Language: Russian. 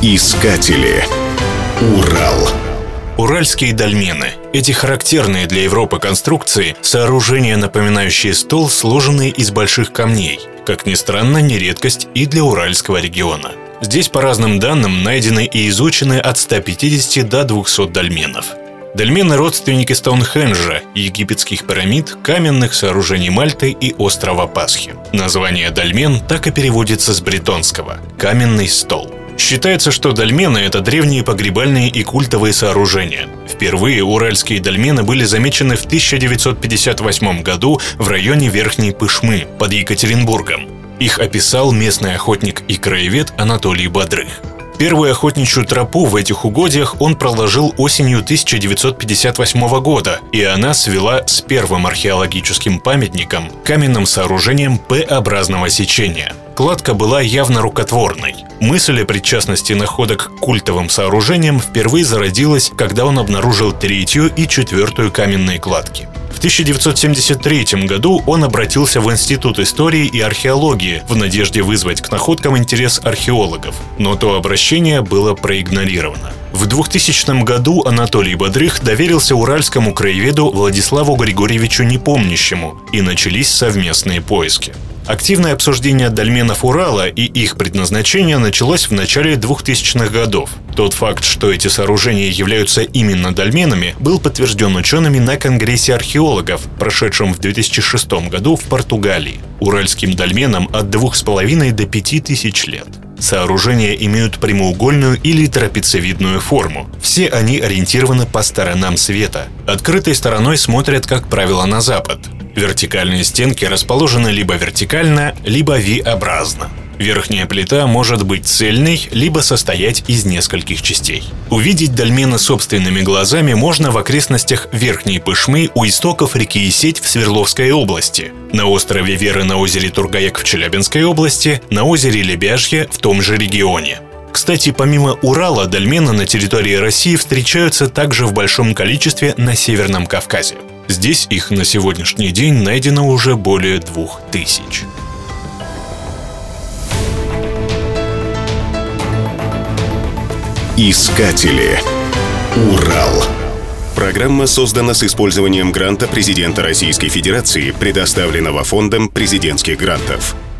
Искатели. Урал. Уральские дольмены. Эти характерные для Европы конструкции – сооружения, напоминающие стол, сложенные из больших камней. Как ни странно, не редкость и для Уральского региона. Здесь, по разным данным, найдены и изучены от 150 до 200 дольменов. Дольмены – родственники Стоунхенджа, египетских пирамид, каменных сооружений Мальты и острова Пасхи. Название дольмен так и переводится с бретонского – «каменный стол». Считается, что дольмены – это древние погребальные и культовые сооружения. Впервые уральские дольмены были замечены в 1958 году в районе Верхней Пышмы под Екатеринбургом. Их описал местный охотник и краевед Анатолий Бодрых. Первую охотничью тропу в этих угодьях он проложил осенью 1958 года, и она свела с первым археологическим памятником – каменным сооружением П-образного сечения. Кладка была явно рукотворной. Мысль о причастности находок к культовым сооружениям впервые зародилась, когда он обнаружил третью и четвертую каменные кладки. В 1973 году он обратился в Институт истории и археологии в надежде вызвать к находкам интерес археологов, но то обращение было проигнорировано. В 2000 году Анатолий Бодрых доверился уральскому краеведу Владиславу Григорьевичу Непомнящему, и начались совместные поиски. Активное обсуждение дольменов Урала и их предназначения началось в начале 2000-х годов. Тот факт, что эти сооружения являются именно дольменами, был подтвержден учеными на Конгрессе археологов, прошедшем в 2006 году в Португалии. Уральским дольменам от 2500 до 5000 лет. Сооружения имеют прямоугольную или трапециевидную форму. Все они ориентированы по сторонам света. Открытой стороной смотрят, как правило, на запад. Вертикальные стенки расположены либо вертикально, либо V-образно. Верхняя плита может быть цельной, либо состоять из нескольких частей. Увидеть дольмены собственными глазами можно в окрестностях Верхней Пышмы у истоков реки Исеть в Свердловской области, на острове Веры на озере Тургаек в Челябинской области, на озере Лебяжье в том же регионе. Кстати, помимо Урала, дольмены на территории России встречаются также в большом количестве на Северном Кавказе. Здесь их на сегодняшний день найдено уже более 2000. Искатели. Урал. Программа создана с использованием гранта президента Российской Федерации, предоставленного Фондом президентских грантов.